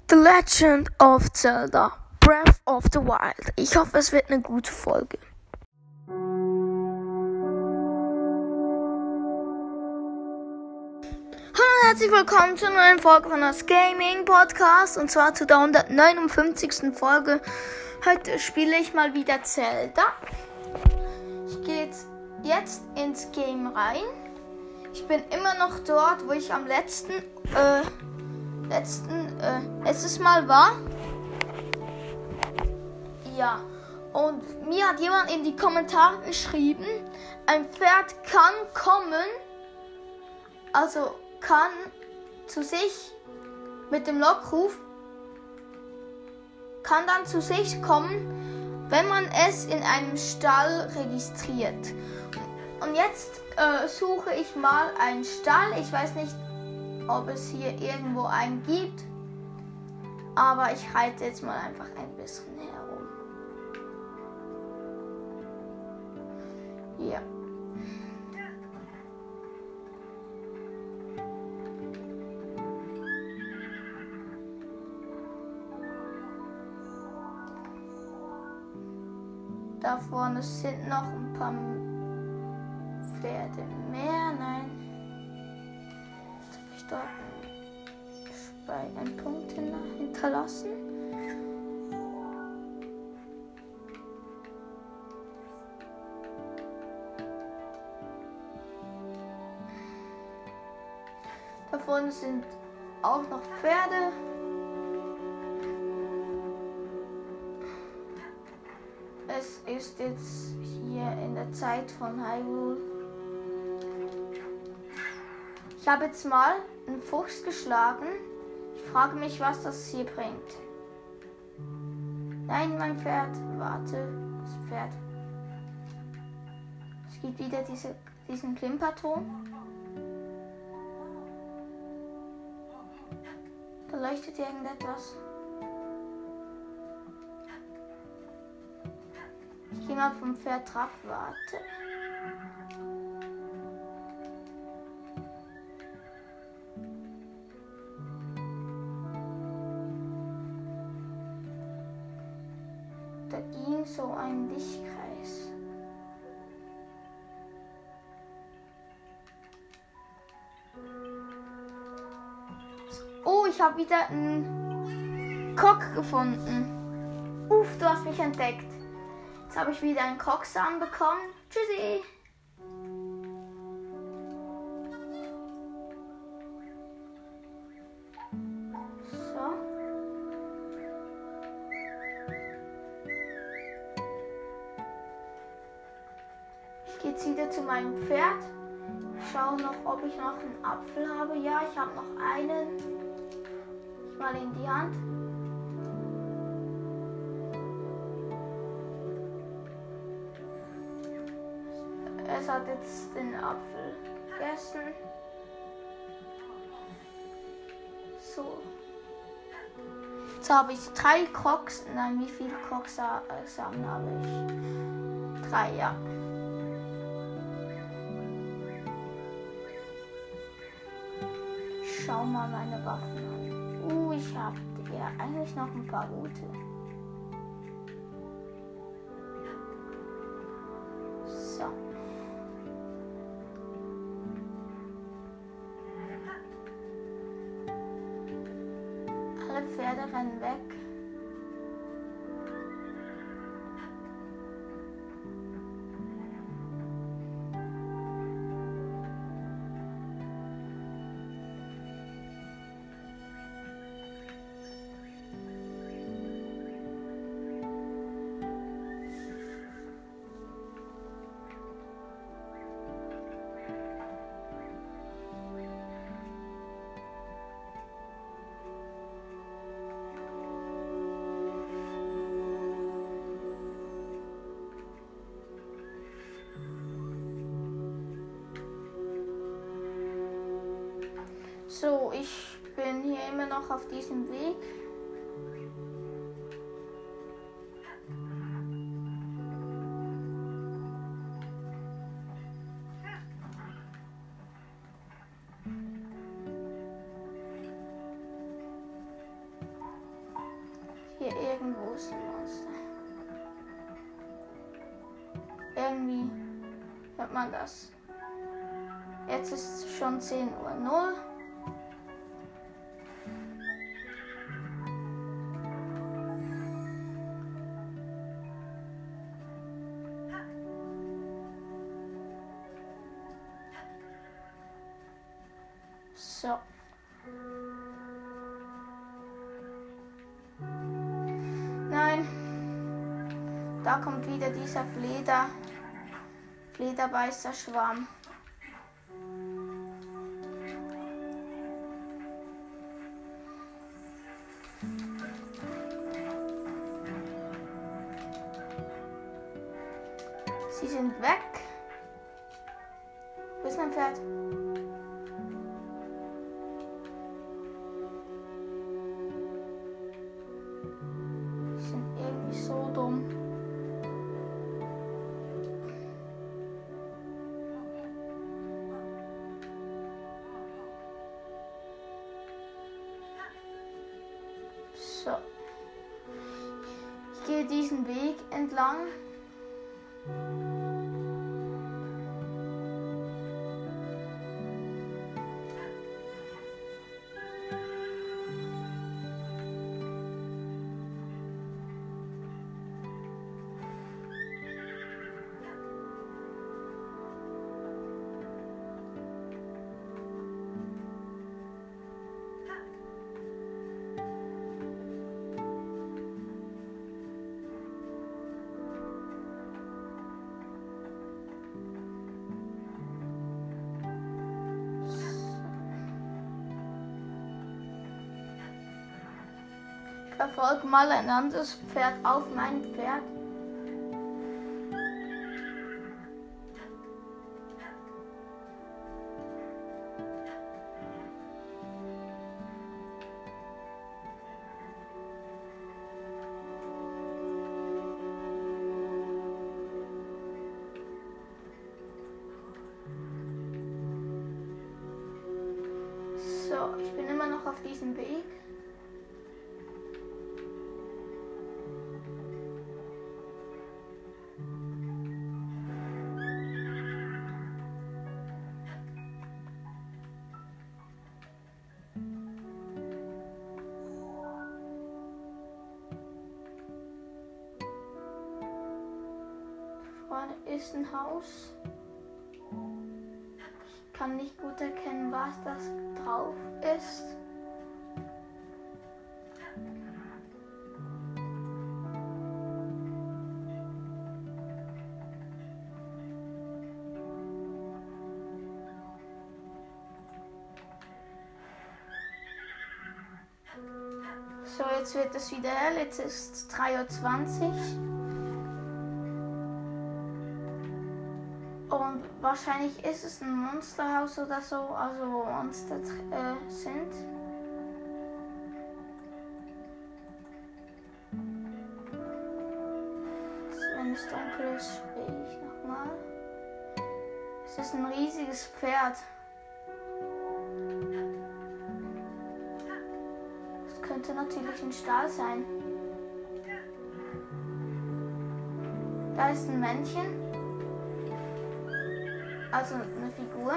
The Legend of Zelda Breath of the Wild. Ich hoffe, es wird eine gute Folge. Hallo und herzlich willkommen zur neuen Folge von das Gaming Podcast, und zwar zu der 159. Folge. Heute spiele ich mal wieder Zelda. Ich gehe jetzt ins Game rein. Ich bin immer noch dort, wo ich am letztes Mal war. Ja, und mir hat jemand in die Kommentare geschrieben, ein Pferd kann kommen, also kann zu sich mit dem Lockruf, kann dann zu sich kommen, wenn man es in einem Stall registriert. Und jetzt suche ich mal einen Stall. Ich weiß nicht, ob es hier irgendwo einen gibt, aber ich reite jetzt mal einfach ein bisschen herum. Ja. Da vorne sind noch ein paar Pferde mehr. Nein. Jetzt habe ich dort einen Punkt hinterlassen. Da vorne sind auch noch Pferde. Es ist jetzt hier in der Zeit von Hyrule. Ich habe jetzt mal einen Fuchs geschlagen. Ich frage mich, was das hier bringt. Nein, mein Pferd. Warte, das Pferd. Es gibt wieder diesen Klimperton. Da leuchtet irgendetwas. Ich gehe mal vom Pferd ab. Warte. Da ging so ein Lichtkreis. Oh, ich habe wieder einen Kock gefunden. Uff, du hast mich entdeckt. Jetzt habe ich wieder einen Kocksamen bekommen. Tschüssi. So. Ich gehe jetzt wieder zu meinem Pferd. Schaue noch, ob ich noch einen Apfel habe. Ja, ich habe noch einen. Ich mal in die Hand. Es hat jetzt den Apfel gegessen. So. Jetzt habe ich 3 Crocs. Nein, wie viele Crocs-Samen habe ich? 3, ja. Schau mal meine Waffen an. Ich habe ja eigentlich noch ein paar gute. So. Alle Pferde rennen weg. So, ich bin hier immer noch auf diesem Weg. Hier irgendwo ist ein Monster. Irgendwie hört man das. Jetzt ist es schon 10:00 Uhr. So. Nein. Da kommt wieder dieser Flederbeißer-Schwarm. Sie sind weg. Wo ist mein Pferd? Die sind irgendwie so dumm. So. Ich gehe diesen Weg entlang. Verfolge mal ein anderes Pferd auf mein Pferd. So, ich bin immer noch auf diesem Weg. Vorne ist ein Haus. Ich kann nicht gut erkennen, was das drauf ist. So, jetzt wird es wieder hell. Jetzt ist es 3:20 Uhr. Und wahrscheinlich ist es ein Monsterhaus oder so, also wo Monster sind. Wenn es dunkel ist, spreche ich nochmal. Es ist ein riesiges Pferd. Das könnte natürlich ein Stall sein. Da ist ein Männchen. Also eine Figur.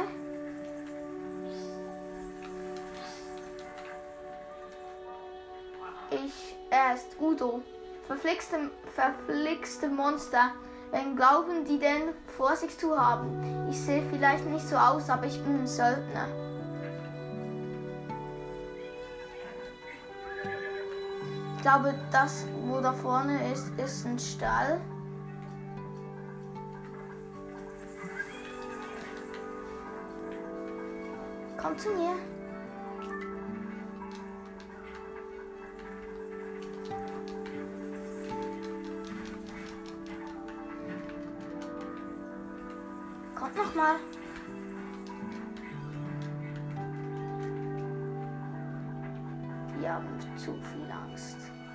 Er ist Udo. Verflixte Monster. Wen glauben die denn vor sich zu haben? Ich sehe vielleicht nicht so aus, aber ich bin ein Söldner. Ich glaube, das, wo da vorne ist, ist ein Stall. Komm zu mir. Kommt noch mal. Wir haben zu viel Angst.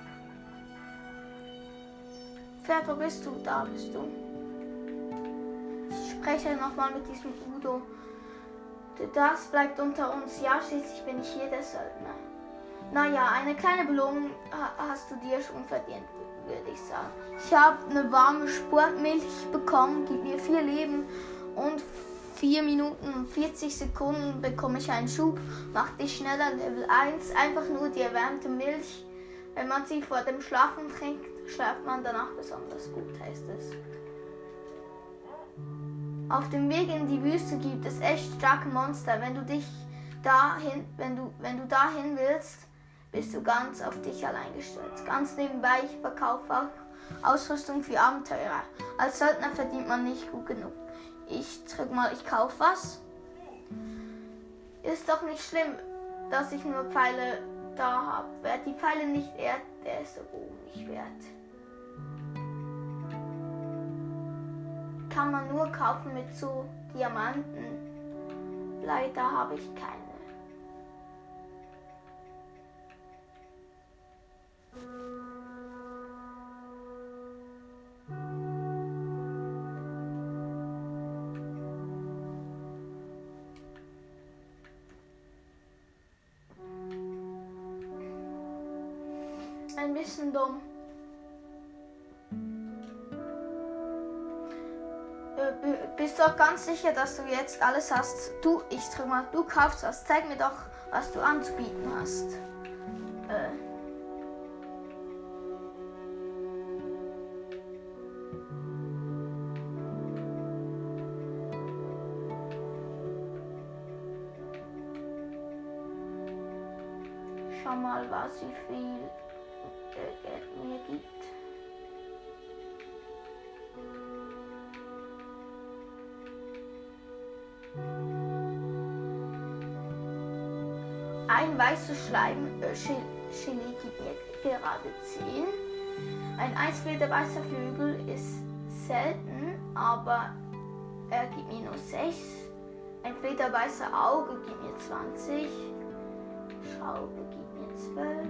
Pferd, wo bist du? Da bist du. Ich spreche noch mal mit diesem Udo. Das bleibt unter uns. Ja, schließlich bin ich hier der Söldner. Naja, eine kleine Belohnung hast du dir schon verdient, würde ich sagen. Ich habe eine warme Sportmilch bekommen, gibt mir 4 Leben und 4 Minuten und 40 Sekunden bekomme ich einen Schub. Macht dich schneller, Level 1. Einfach nur die erwärmte Milch. Wenn man sie vor dem Schlafen trinkt, schläft man danach besonders gut, heißt es. Auf dem Weg in die Wüste gibt es echt starke Monster. Wenn du dahin willst, bist du ganz auf dich allein gestellt. Ganz nebenbei, ich verkaufe auch Ausrüstung für Abenteurer. Als Söldner verdient man nicht gut genug. Ich kaufe was. Ist doch nicht schlimm, dass ich nur Pfeile da habe. Wer die Pfeile nicht ehrt, der ist der Ruhm nicht wert. Kann man nur kaufen mit so Diamanten. Leider habe ich keine. Ein bisschen dumm. Bist du auch ganz sicher, dass du jetzt alles hast? Du kaufst was. Zeig mir doch, was du anzubieten hast. Schau mal, wie viel Geld mir gibt. Ein weißes Gelee gibt mir gerade 10. Ein eiswilder weißer Flügel ist selten, aber er gibt mir nur 6. Ein flederweißer Auge gibt mir 20. Schraube gibt mir 12.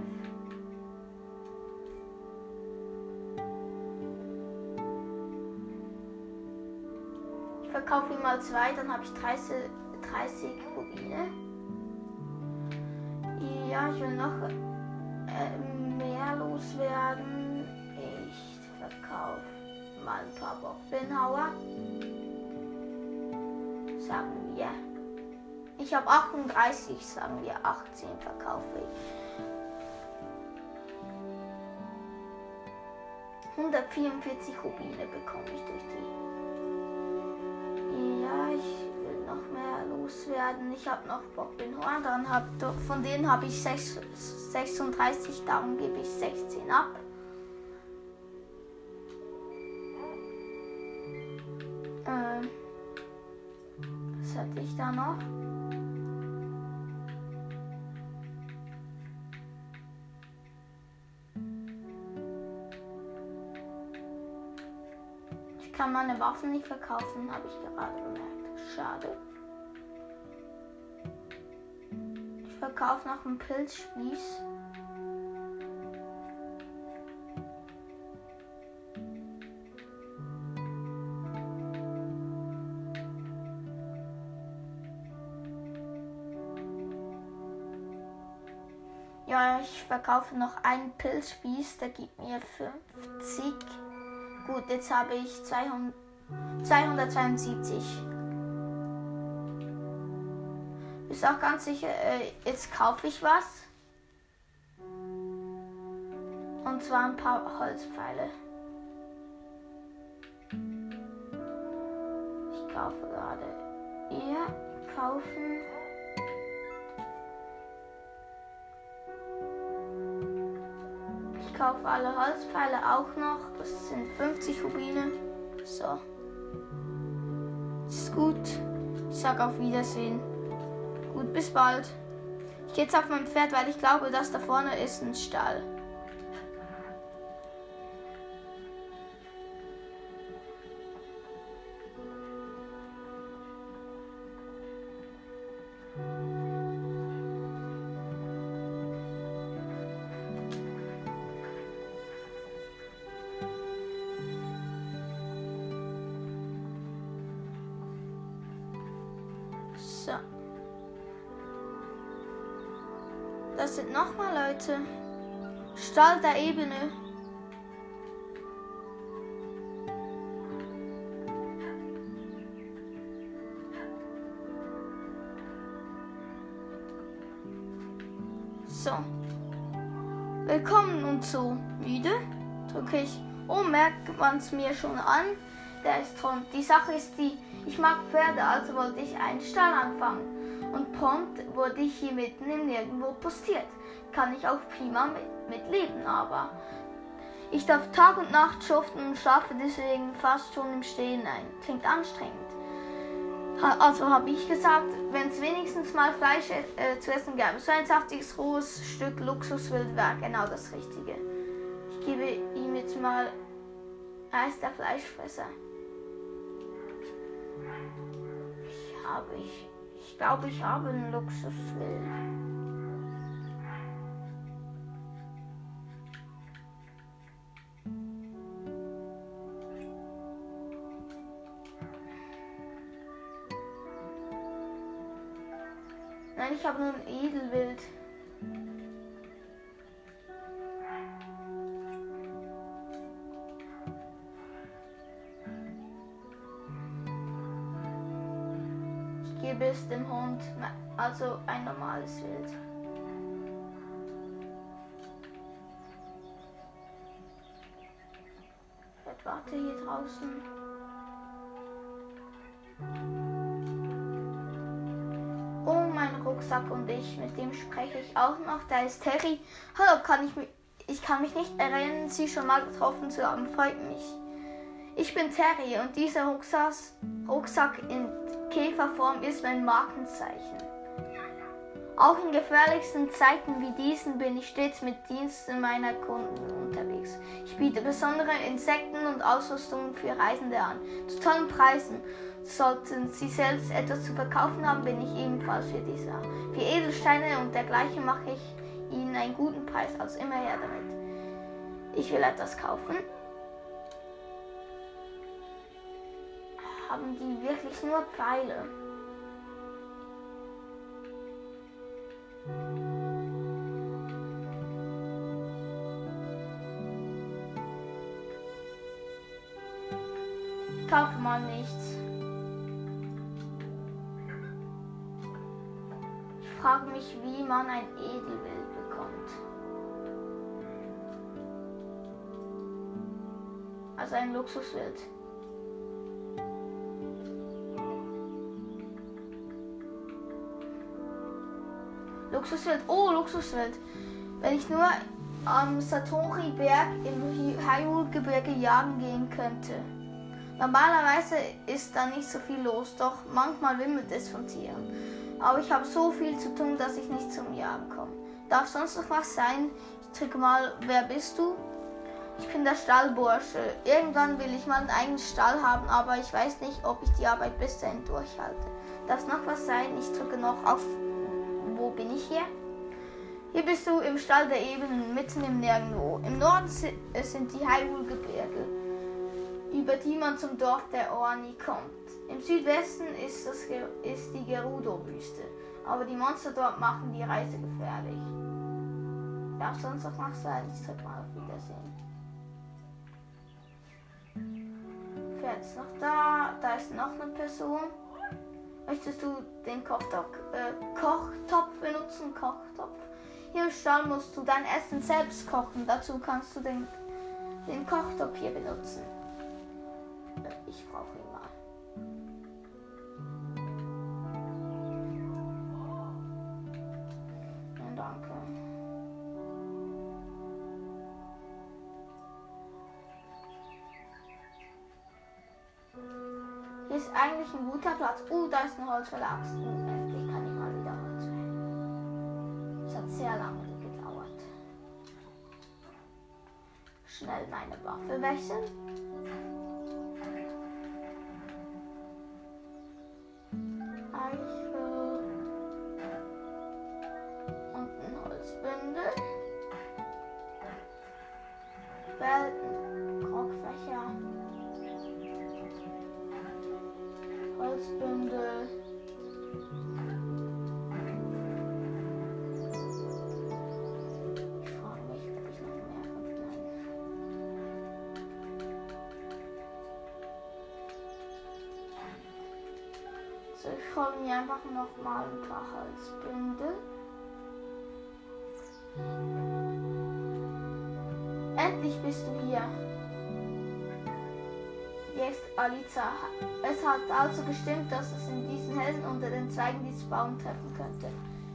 Ich verkaufe ihm mal 2, dann habe ich 30 Rubine. Ja, ich will noch mehr loswerden. Ich verkaufe mal ein paar Bockbeinhauer. Sagen wir. Ich habe 38, sagen wir 18 verkaufe ich. 144 Rubine bekomme ich durch die. Ja, ich will noch mehr loswerden. Ich habe noch Bockbeinhorn, von denen habe ich 36, darum gebe ich 16 ab. Was hatte ich da noch? Ich kann meine Waffen nicht verkaufen, habe ich gerade bemerkt. Schade. Ich verkaufe noch einen Pilzspieß. Ja, ich verkaufe noch einen Pilzspieß, der gibt mir 50. Gut, jetzt habe ich 272. Ist auch ganz sicher, jetzt kaufe ich was. Und zwar ein paar Holzpfeile. Ich kaufe gerade hier. Kaufen. Ich kaufe alle Holzpfeile auch noch. Das sind 50 Rubine. So. Ist gut. Ich sag auf Wiedersehen. Gut, bis bald. Ich gehe jetzt auf mein Pferd, weil ich glaube, dass da vorne ist ein Stall. So. Das sind nochmal Leute. Stall der Ebene. So. Willkommen und so. Müde? Drücke ich. Oh, merkt man es mir schon an. Der ist rund. Die Sache ist die, ich mag Pferde, also wollte ich einen Stall anfangen. Und prompt wurde ich hier mitten im Nirgendwo postiert. Kann ich auch prima mit leben, aber ich darf Tag und Nacht schuften und schlafe deswegen fast schon im Stehen ein. Klingt anstrengend. Also habe ich gesagt, wenn es wenigstens mal Fleisch zu essen gäbe, so ein saftiges, rohes Stück Luxuswild wäre genau das Richtige. Ich gebe ihm jetzt mal, er ist der Fleischfresser. Ich glaube, ich habe einen Luxuswild. Nein, ich habe nur ein Edelwild. Ich gebe es dem Hund, also ein normales Wild. Ich warte hier draußen. Oh, mein Rucksack und ich, mit dem spreche ich auch noch. Da ist Terry. Hallo, ich kann mich nicht erinnern, Sie schon mal getroffen zu haben. Freut mich. Ich bin Terry und dieser Rucksack in Käferform ist mein Markenzeichen. Auch in gefährlichsten Zeiten wie diesen bin ich stets mit Diensten meiner Kunden unterwegs. Ich biete besondere Insekten und Ausrüstung für Reisende an, zu tollen Preisen. Sollten Sie selbst etwas zu verkaufen haben, bin ich ebenfalls für diese. Für Edelsteine und dergleichen mache ich Ihnen einen guten Preis, also immer her damit. Ich will etwas kaufen. Haben die wirklich nur Pfeile? Ich kaufe mal nichts. Ich frage mich, wie man ein Edelwild bekommt. Also ein Luxuswild. Luxuswild. Oh, Luxuswild. Wenn ich nur am Satori-Berg im Hyrule-Gebirge jagen gehen könnte. Normalerweise ist da nicht so viel los, doch manchmal wimmelt es von Tieren. Aber ich habe so viel zu tun, dass ich nicht zum Jagen komme. Darf sonst noch was sein? Ich drücke mal, wer bist du? Ich bin der Stallbursche. Irgendwann will ich mal einen eigenen Stall haben, aber ich weiß nicht, ob ich die Arbeit bis dahin durchhalte. Darf noch was sein? Ich drücke noch auf. Wo bin ich hier? Hier bist du im Stall der Ebenen, mitten im Nirgendwo. Im Norden sind die Hyrule-Gebirge, über die man zum Dorf der Orni kommt. Im Südwesten ist die Gerudo-Wüste, aber die Monster dort machen die Reise gefährlich. Darf sonst noch was sein? Ich drück mal auf Wiedersehen. Pferd ist noch da, da ist noch eine Person. Möchtest du den Kochtopf benutzen? Kochtopf. Hier im Stall musst du dein Essen selbst kochen. Dazu kannst du den Kochtopf hier benutzen. Ich brauche ihn mal. Ja, danke. Hier ist eigentlich ein guter Platz. Da ist ein Holzverlag. Endlich kann ich mal wieder Holz wählen. Es hat sehr lange gedauert. Schnell meine Waffe wechseln. Eiche. Und ein Holzbündel. Welten. Krogfächer. Holzbündel. So, ich hole mir einfach noch mal ein paar Halsbündel. Endlich bist du hier. Jetzt, Aliza. Es hat also gestimmt, dass es in diesen Helden unter den Zweigen dieses Baums treffen könnte.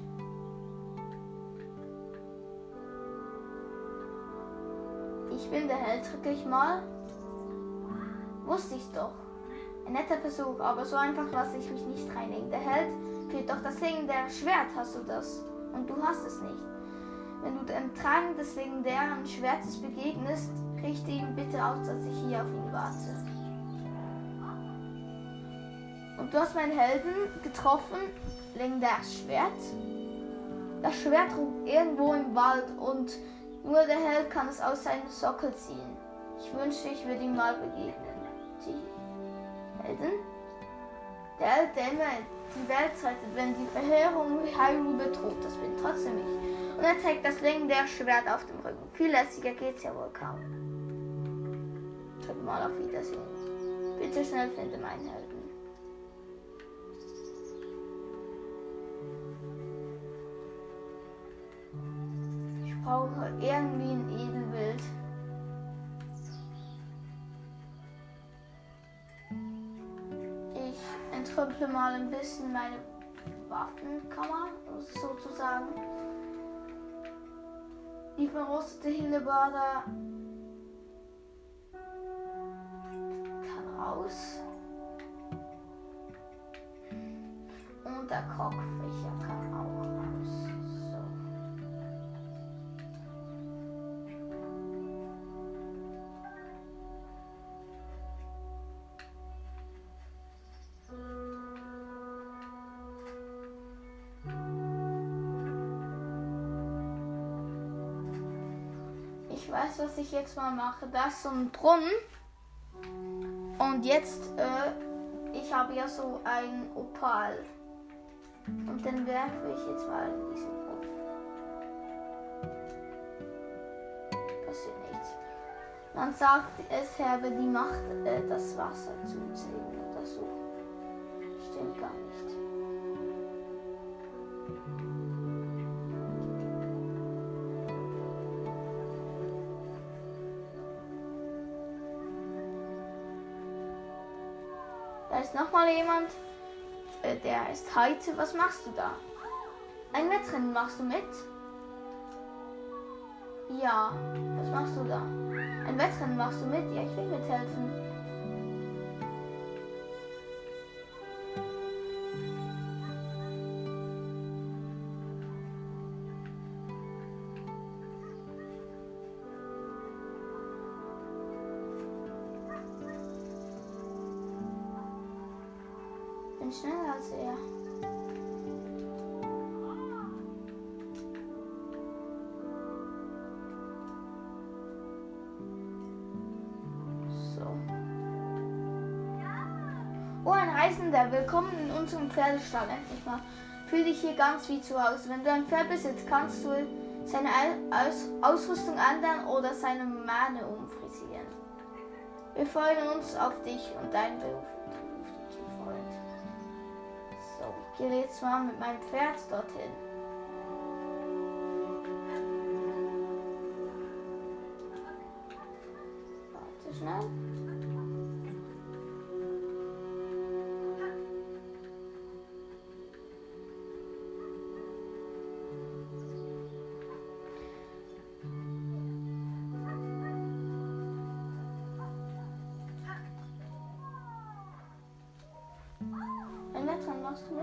Ich bin der Held, drücke ich mal. Wusste ich doch. Ein netter Versuch, aber so einfach lasse ich mich nicht reinlegen. Der Held führt doch das legendäre Schwert, hast du das? Und du hast es nicht. Wenn du dem Tragen des legendären Schwertes begegnest, richte ihm bitte aus, dass ich hier auf ihn warte. Und du hast meinen Helden getroffen, legendäres Schwert. Das Schwert ruht irgendwo im Wald und nur der Held kann es aus seinem Sockel ziehen. Ich wünschte, ich würde ihm mal begegnen. Die Helden? Der Held, der immer die Welt rettet, wenn die Verheerung Hyrule bedroht, das bin trotzdem ich. Und er trägt das legendäre Schwert auf dem Rücken. Viel lässiger geht's ja wohl kaum. Drück mal auf Wiedersehen. Bitte schnell finde meinen Helden. Ich brauche irgendwie ein Edelwild. Ich entrümple mal ein bisschen meine Waffenkammer, sozusagen. Die verrostete Hillebarde kann raus. Und der Kockfächer kann auch raus. So. Ich weiß, was ich jetzt mal mache. Da ist so ein Brunnen. Und jetzt, ich habe ja so ein Opal. Und den werfe ich jetzt mal in diesen Brunnen. Passiert nichts. Man sagt, es habe die Macht, das Wasser zu zählen oder so. Stimmt gar nicht. Da ist nochmal jemand, der heißt Heite. Was machst du da? Ein Wettrennen machst du mit? Ja, was machst du da? Ein Wettrennen machst du mit? Ja, ich will mithelfen. Bin schneller als er. So. Oh, ein Reisender. Willkommen in unserem Pferdestall. Endlich mal. Fühl dich hier ganz wie zu Hause. Wenn du ein Pferd besitzt, kannst du seine Ausrüstung ändern oder seine Mähne umfrisieren. Wir freuen uns auf dich und deinen Beruf. Ich gehe jetzt mal mit meinem Pferd dorthin. Warte schnell. Ein Wettrennen machst du mit?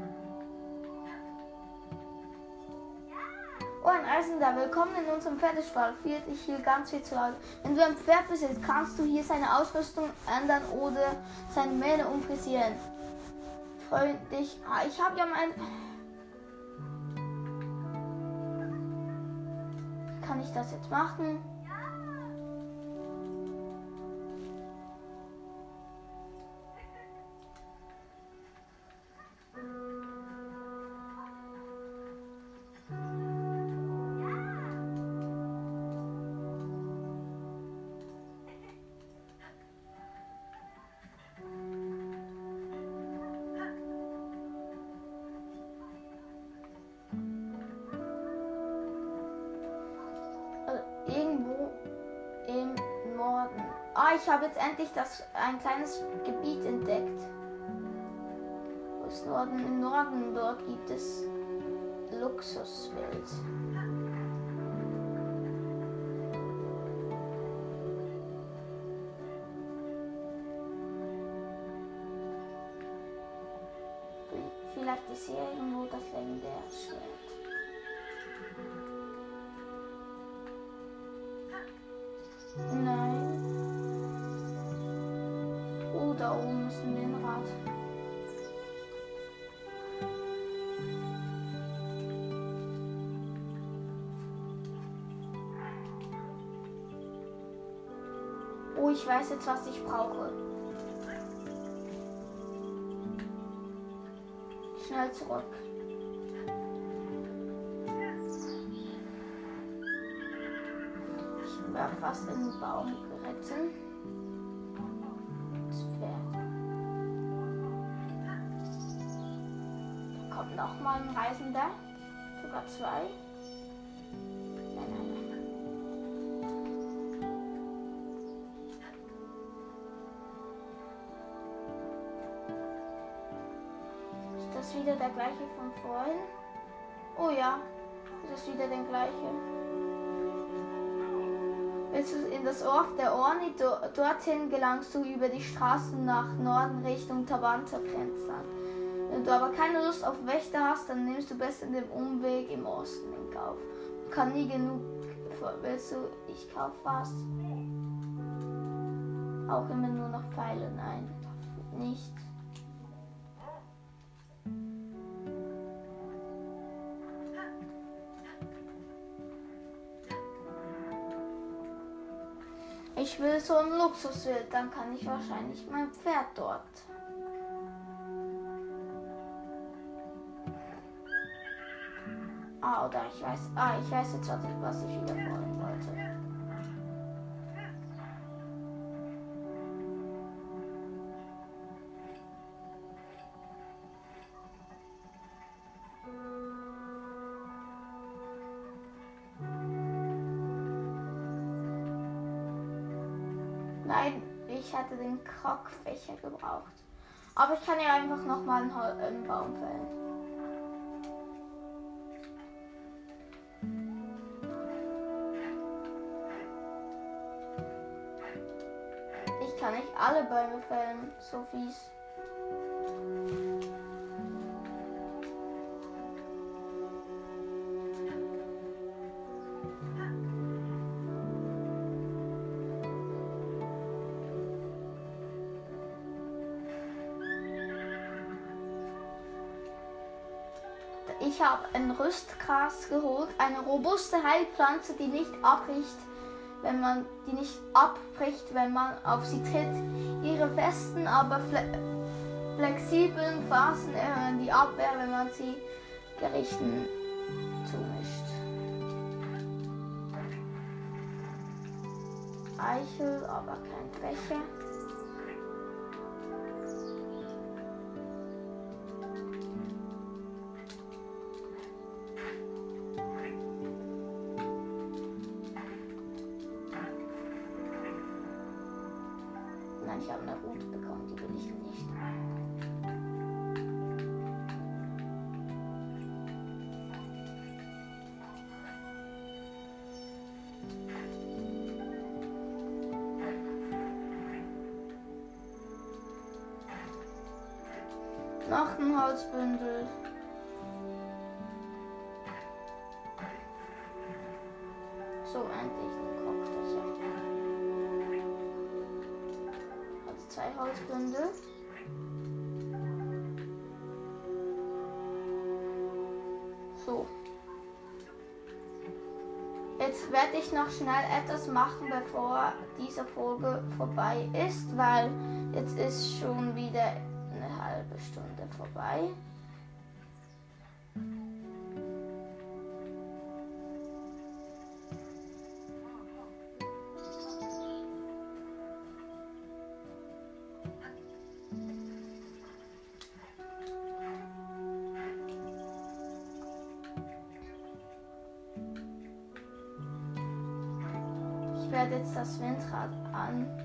Oh, ein Reisender, willkommen in unserem Pferdestall. Fühl dich hier ganz wie zu Hause. Wenn du ein Pferd besitzt, kannst du hier seine Ausrüstung ändern oder seine Mähne umfrisieren. Freue dich. Ich habe ja mein... Kann ich das jetzt machen? Stall irgendwo im Norden. Ah, ich habe jetzt endlich ein kleines Gebiet entdeckt. Wo ist Norden? Im Norden, dort gibt es Luxuswild. Vielleicht ist hier irgendwo das legendäre Schwert. Nein. Oh, da oben ist ein Windrad. Oh, ich weiß jetzt, was ich brauche. Schnell zurück. Ich wäre fast in den Baum geritten. Das Pferd. Da kommt noch mal ein Reisender. Sogar zwei. Nein, nein, nein. Ist das wieder der gleiche von vorhin? Oh ja, das ist wieder der gleiche. Willst du in das Dorf der Orni? Dorthin gelangst du über die Straßen nach Norden Richtung Tabanza-Grenzland. Wenn du aber keine Lust auf Wächter hast, dann nimmst du besser den Umweg im Osten in Kauf. Kann nie genug. Willst du, ich kauf was? Auch immer nur noch Pfeile? Nein, nicht. Ich will so ein Luxuswild, dann kann ich wahrscheinlich mein Pferd dort. Oder ich weiß jetzt, was ich wieder wollen wollte. Nein, ich hätte den Krogfächer gebraucht. Aber ich kann ja einfach nochmal einen Baum fällen. Ich kann nicht alle Bäume fällen, so fies. Ich habe ein Rüstgras geholt, eine robuste Heilpflanze, die nicht abbricht, wenn man auf sie tritt. Ihre festen, aber flexiblen Phasen erhöhen die Abwehr, wenn man sie Gerichten zumischt. Eichel, aber kein Fächer. Ich habe eine Route bekommen, die will ich nicht. Noch ein Holzbündel. So, endlich ein Kochfächer. 2 Holzbündel. So. Jetzt werde ich noch schnell etwas machen, bevor diese Folge vorbei ist, weil jetzt ist schon wieder eine halbe Stunde vorbei. werde jetzt das Windrad antreiben.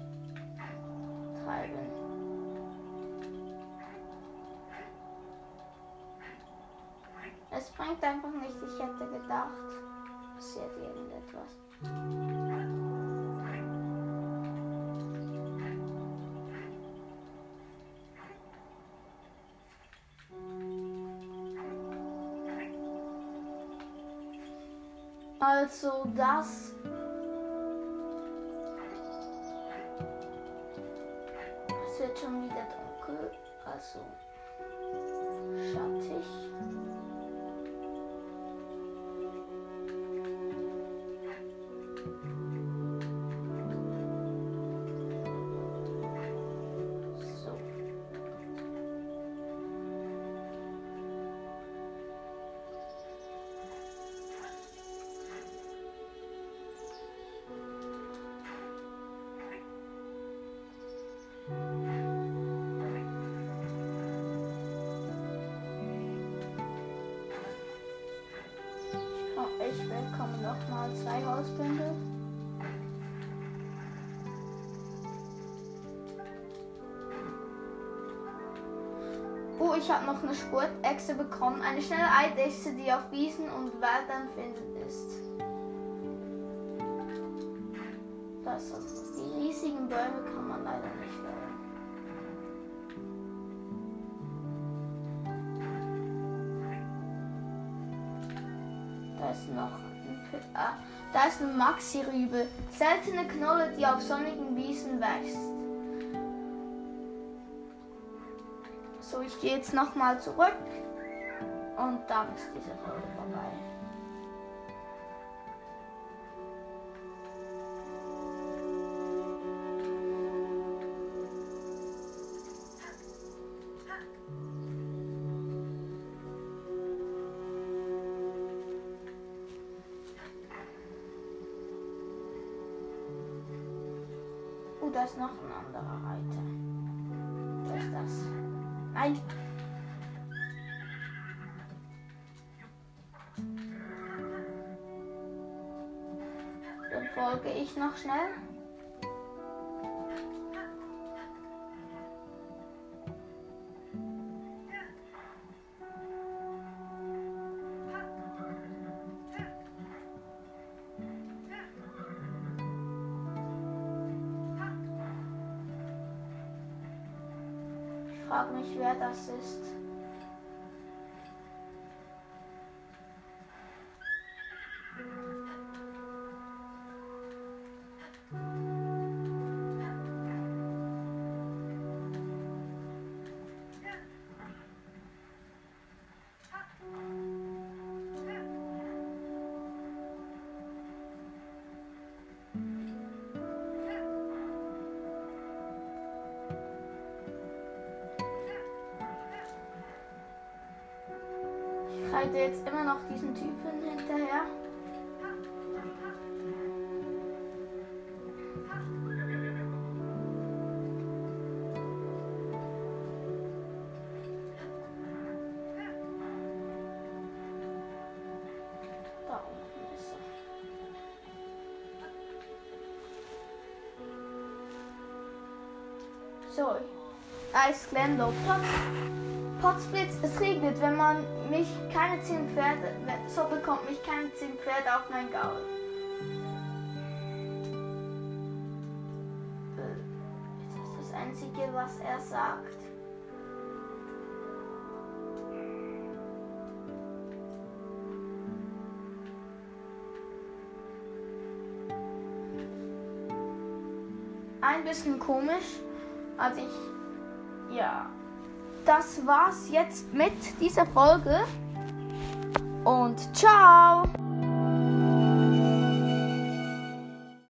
Es bringt einfach nicht. Ich hätte gedacht, passiert irgendetwas. Also das es wird schon wieder dunkel, also schattig. So. Ich bekomme nochmal 2 Holzbündel. Oh, ich habe noch eine Spurtechse bekommen. Eine schnelle Eidechse, die auf Wiesen und Wäldern findet ist. Die riesigen Bäume kann man leider nicht fällen. Da ist eine Maxi-Rübe. Seltene Knolle, die auf sonnigen Wiesen wächst. So, ich gehe jetzt nochmal zurück. Und dann ist diese Folge vorbei. Da ist noch ein anderer Reiter. Was ist das? Nein! Dann folge ich noch schnell. Ich frage mich, wer das ist. Ich reite jetzt immer noch diesen Typen hinterher. Da unten ist er. So, da ist Glenlow. Potzblitz, es regnet, wenn man mich keine 10 Pferde, so bekommt mich keine 10 Pferde auf mein Gaul. Ist das das Einzige, was er sagt? Ein bisschen komisch, also ja. Das war's jetzt mit dieser Folge und ciao!